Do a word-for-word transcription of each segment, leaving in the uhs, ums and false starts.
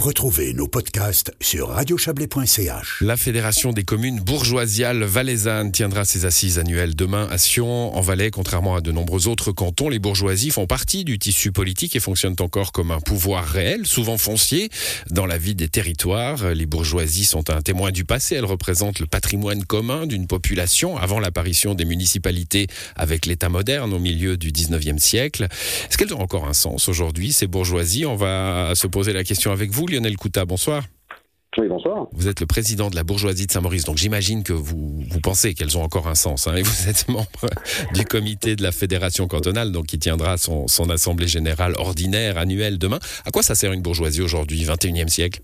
Retrouvez nos podcasts sur radio chablais point c h. La Fédération des communes bourgeoisiales valaisannes tiendra ses assises annuelles demain à Sion. En Valais, contrairement à de nombreux autres cantons, les bourgeoisies font partie du tissu politique et fonctionnent encore comme un pouvoir réel, souvent foncier, dans la vie des territoires. Les bourgeoisies sont un témoin du passé. Elles représentent le patrimoine commun d'une population avant l'apparition des municipalités avec l'État moderne au milieu du dix-neuvième siècle. Est-ce qu'elles ont encore un sens aujourd'hui, ces bourgeoisies? On va se poser la question avec vous, Lionel Couta. Bonsoir. Oui, bonsoir. Vous êtes le président de la bourgeoisie de Saint-Maurice, donc j'imagine que vous, vous pensez qu'elles ont encore un sens, hein, et vous êtes membre du comité de la fédération cantonale, donc qui tiendra son, son assemblée générale ordinaire annuelle demain. À quoi ça sert une bourgeoisie aujourd'hui, vingt et unième siècle?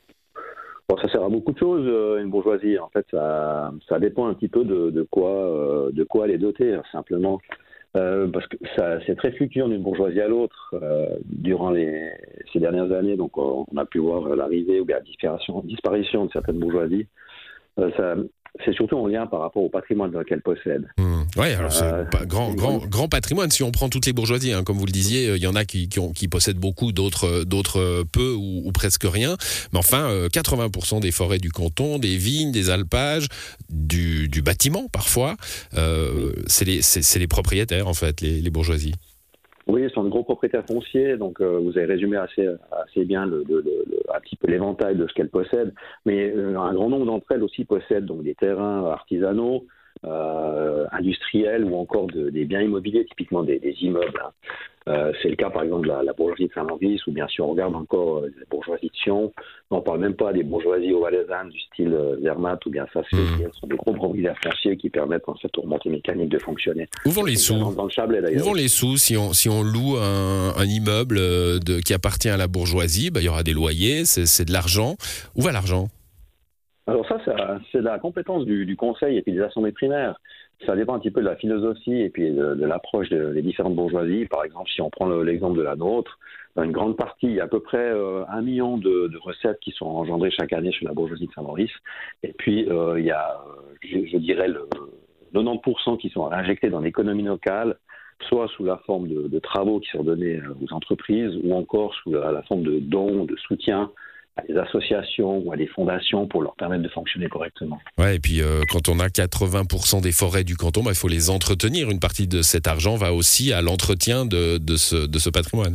Bon, ça sert à beaucoup de choses, une bourgeoisie. En fait, ça, ça dépend un petit peu de, de, quoi, de quoi elle est dotée, hein, simplement. Euh, parce que ça, c'est très fluctuant d'une bourgeoisie à l'autre. Euh, durant les, ces dernières années, donc on a pu voir l'arrivée ou bien la disparition, disparition de certaines bourgeoisies. Euh, ça, c'est surtout en lien par rapport au patrimoine qu'elles possèdent. Mmh. Oui, alors c'est euh, pas grand, grand, grand patrimoine. Si on prend toutes les bourgeoisies, hein, comme vous le disiez, il y en a qui, qui, ont, qui possèdent beaucoup, d'autres, d'autres peu ou, ou presque rien. Mais enfin, euh, quatre-vingts pour cent des forêts du canton, des vignes, des alpages, du, du bâtiment parfois, euh, c'est, les, c'est, c'est les propriétaires en fait, les, les bourgeoisies. Oui, ce sont de gros propriétaires fonciers, donc euh, vous avez résumé assez, assez bien le, le, le, un petit peu l'éventail de ce qu'elles possèdent, mais euh, un grand nombre d'entre elles aussi possèdent donc des terrains artisanaux, euh, industriels ou encore de, des biens immobiliers, typiquement des, des immeubles. Hein. Euh, c'est le cas par exemple de la, la bourgeoisie de Saint-Maurice, ou bien si on regarde encore euh, la bourgeoisie de Sion, on ne parle même pas des bourgeoisies valaisannes du style euh, Zermatt ou bien Sassé, mmh. Elles sont des gros propriétaires fonciers qui permettent en fait aux remontées mécaniques de fonctionner. Où vont les sous dans, dans le Chablais, d'ailleurs. Où vont les sous si on, si on loue un, un immeuble de, qui appartient à la bourgeoisie? Bah, il y aura des loyers, c'est, c'est de l'argent. Où va l'argent? Alors ça, c'est, c'est la compétence du, du conseil et puis des assemblées primaires. Ça dépend un petit peu de la philosophie et puis de, de l'approche des différentes bourgeoisies. Par exemple, si on prend le, l'exemple de la nôtre, dans une grande partie, il y a à peu près euh, un million de, de recettes qui sont engendrées chaque année chez la bourgeoisie de Saint-Maurice. Et puis, euh, il y a, je, je dirais, le quatre-vingt-dix pour cent qui sont réinjectés dans l'économie locale, soit sous la forme de, de travaux qui sont donnés aux entreprises, ou encore sous la, la forme de dons, de soutien à des associations ou à des fondations pour leur permettre de fonctionner correctement. Ouais, et puis euh, quand on a quatre-vingts pour cent des forêts du canton, bah, il faut les entretenir. Une partie de cet argent va aussi à l'entretien de, de, ce, de ce patrimoine.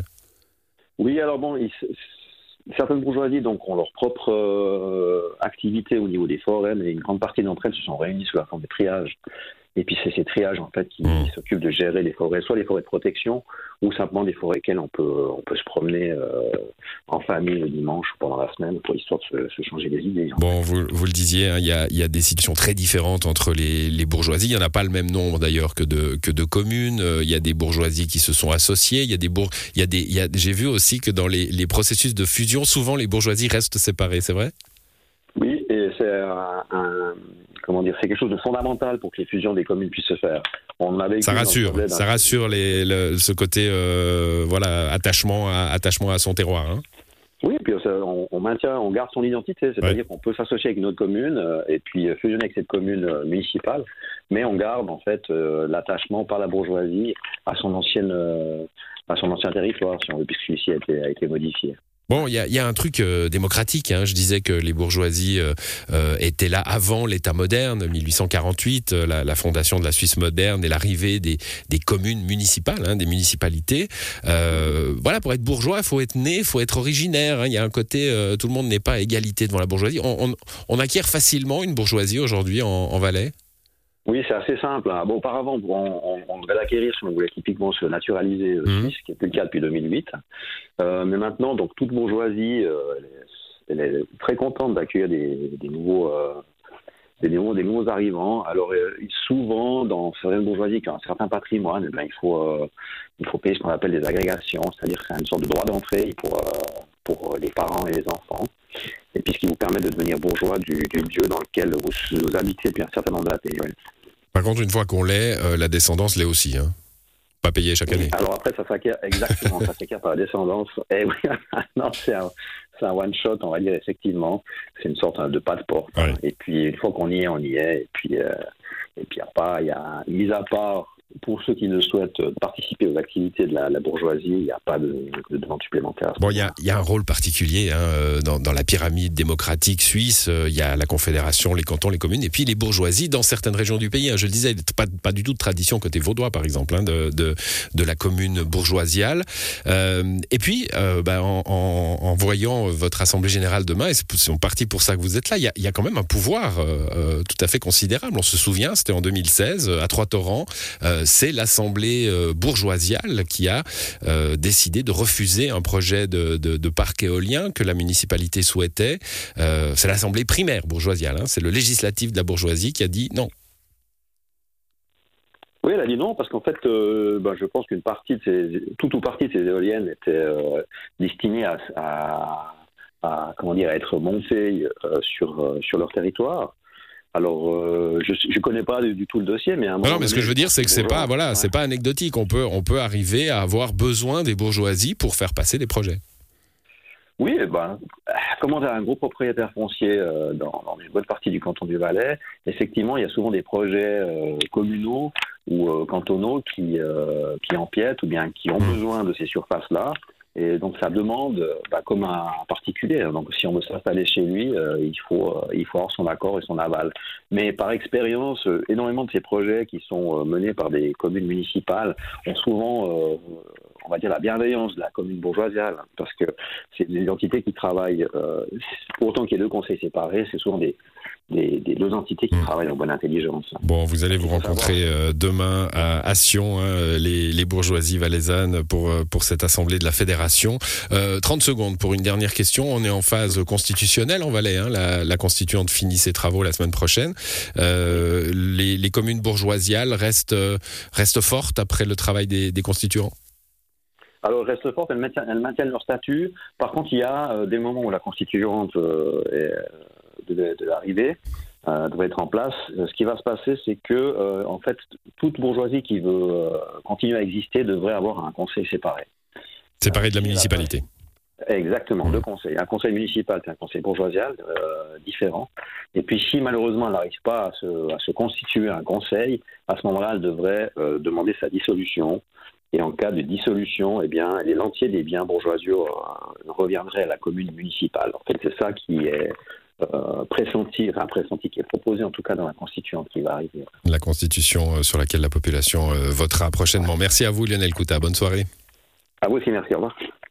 Oui, alors bon, il, certaines bourgeoisies donc, ont leur propre euh, activité au niveau des forêts, mais une grande partie d'entre elles se sont réunies sous la forme de triage. Et puis c'est ces triages en fait qui, mmh. qui s'occupent de gérer les forêts, soit les forêts de protection ou simplement des forêts auxquelles on peut on peut se promener euh, en famille le dimanche ou pendant la semaine pour histoire de se, se changer les idées. Bon, vous, vous le disiez, il hein, y, y a des situations très différentes entre les, les bourgeoisies. Il y en a pas le même nombre d'ailleurs que de que de communes. Il y a des bourgeoisies qui se sont associées. Il y a des bourg, il y a des, il y a, j'ai vu aussi que dans les, les processus de fusion, souvent les bourgeoisies restent séparées. C'est vrai? Oui, et c'est un, un comment dire, c'est quelque chose de fondamental pour que les fusions des communes puissent se faire. On avait ça rassure, ça rassure les, le, ce côté euh, voilà attachement à attachement à son terroir. Hein. Oui, et puis on, on maintient, on garde son identité, c'est-à-dire ouais. qu'on peut s'associer avec une autre commune euh, et puis fusionner avec cette commune euh, municipale, mais on garde en fait euh, l'attachement par la bourgeoisie à son ancienne, euh, à son ancien territoire, si on veut, puisque celui-ci a été, a été modifié. Bon, il y a, y a un truc euh, démocratique. Hein. Je disais que les bourgeoisies euh, euh, étaient là avant l'État moderne, mille huit cent quarante-huit, euh, la, la fondation de la Suisse moderne et l'arrivée des, des communes municipales, hein, des municipalités. Euh, voilà, pour être bourgeois, il faut être né, il faut être originaire. Il hein. y a un côté, euh, tout le monde n'est pas à égalité devant la bourgeoisie. On, on, on acquiert facilement une bourgeoisie aujourd'hui en, en Valais? Oui, c'est assez simple. Hein. Bon, auparavant, on, on, on devait l'acquérir si on voulait typiquement se naturaliser euh, mmh. suisse, ce qui n'est plus le cas depuis deux mille huit. Euh, mais maintenant, donc toute bourgeoisie, euh, elle, est, elle est très contente d'accueillir des, des nouveaux, euh, des nouveaux, des nouveaux arrivants. Alors, euh, souvent, dans certaines bourgeoisies qui ont un certain patrimoine, eh bien, il faut, euh, il faut payer ce qu'on appelle des agrégations, c'est-à-dire que c'est une sorte de droit d'entrée pour, euh, pour les parents et les enfants. Et puis, ce qui vous permet de devenir bourgeois du, du lieu dans lequel vous, vous habitez depuis un certain nombre d'années. Ouais. Par contre, une fois qu'on l'est, euh, la descendance l'est aussi. Hein. Pas payé chaque année. Alors après, ça s'acquiert exactement, ça s'acquiert par la descendance. Et oui, non, c'est un, c'est un one shot, on va dire effectivement. C'est une sorte de pas de porte. Ouais. Et puis une fois qu'on y est, on y est. Et puis, euh, et puis à part, il y a mis à part pour ceux qui ne souhaitent participer aux activités de la, la bourgeoisie, il n'y a pas de, de demande supplémentaire. Bon, il y a, y a un rôle particulier hein, dans, dans la pyramide démocratique suisse. Il y a la Confédération, les cantons, les communes, et puis les bourgeoisies dans certaines régions du pays. Hein. Je le disais, pas, pas du tout de tradition côté vaudois, par exemple, hein, de, de, de la commune bourgeoisiale. Euh, et puis, euh, bah, en, en, en voyant votre assemblée générale demain, et c'est en partie pour ça que vous êtes là, il y a, y a quand même un pouvoir euh, tout à fait considérable. On se souvient, c'était en deux mille seize, à Trois-Torrents, euh, c'est l'assemblée euh, bourgeoisiale qui a euh, décidé de refuser un projet de, de, de parc éolien que la municipalité souhaitait. Euh, c'est l'assemblée primaire bourgeoisiale, hein, c'est le législatif de la bourgeoisie qui a dit non. Oui, elle a dit non, parce qu'en fait, euh, ben, je pense qu'une partie de ces, toute ou partie de ces éoliennes était euh, destinée à, à, à, comment dire, à être montées euh, sur, euh, sur leur territoire. Alors, euh, je ne connais pas du, du tout le dossier, mais à un moment non, mais ce que je veux dire, c'est que c'est pas, voilà, ouais. c'est pas anecdotique. On peut, on peut arriver à avoir besoin des bourgeoisies pour faire passer des projets. Oui, ben, comment dire, un gros propriétaire foncier euh, dans, dans une bonne partie du canton du Valais, effectivement, il y a souvent des projets euh, communaux ou euh, cantonaux qui, euh, qui empiètent ou bien qui ont mmh. besoin de ces surfaces-là. Et donc ça demande, bah, comme un particulier, donc si on veut s'installer chez lui, euh, il faut euh, il faut avoir son accord et son aval. Mais par expérience, euh, énormément de ces projets qui sont euh, menés par des communes municipales ont souvent, euh, on va dire, la bienveillance de la commune bourgeoisiale, parce que c'est des entités qui travaillent, euh, pour autant qu'il y ait deux conseils séparés, c'est souvent des Des, des deux entités qui mmh. travaillent en bonne intelligence. Bon, vous allez vous rencontrer euh, demain à, à Sion, hein, les, les bourgeoisies valaisannes pour, pour cette assemblée de la fédération. Euh, trente secondes pour une dernière question. On est en phase constitutionnelle en Valais. Hein. La, la constituante finit ses travaux la semaine prochaine. Euh, les, les communes bourgeoisiales restent, restent fortes après le travail des, des constituants? Alors, elles restent fortes, elles maintiennent, elles maintiennent leur statut. Par contre, il y a euh, des moments où la constituante euh, est de, de l'arrivée euh, devrait être en place. Ce qui va se passer, c'est que euh, en fait, toute bourgeoisie qui veut euh, continuer à exister devrait avoir un conseil séparé. Séparé de la municipalité. Exactement, mmh. deux conseils. Un conseil municipal et un conseil bourgeoisial euh, différent. Et puis, si malheureusement elle n'arrive pas à se, à se constituer un conseil, à ce moment-là, elle devrait euh, demander sa dissolution. Et en cas de dissolution, eh bien, l'entier des biens bourgeoisiaux euh, reviendrait à la commune municipale. En fait, c'est ça qui est euh, pressenti, enfin pressenti, qui est proposé en tout cas dans la constituante qui va arriver. La constitution sur laquelle la population euh, votera prochainement. Merci à vous, Lionel Couta. Bonne soirée. À vous aussi, merci. Au revoir.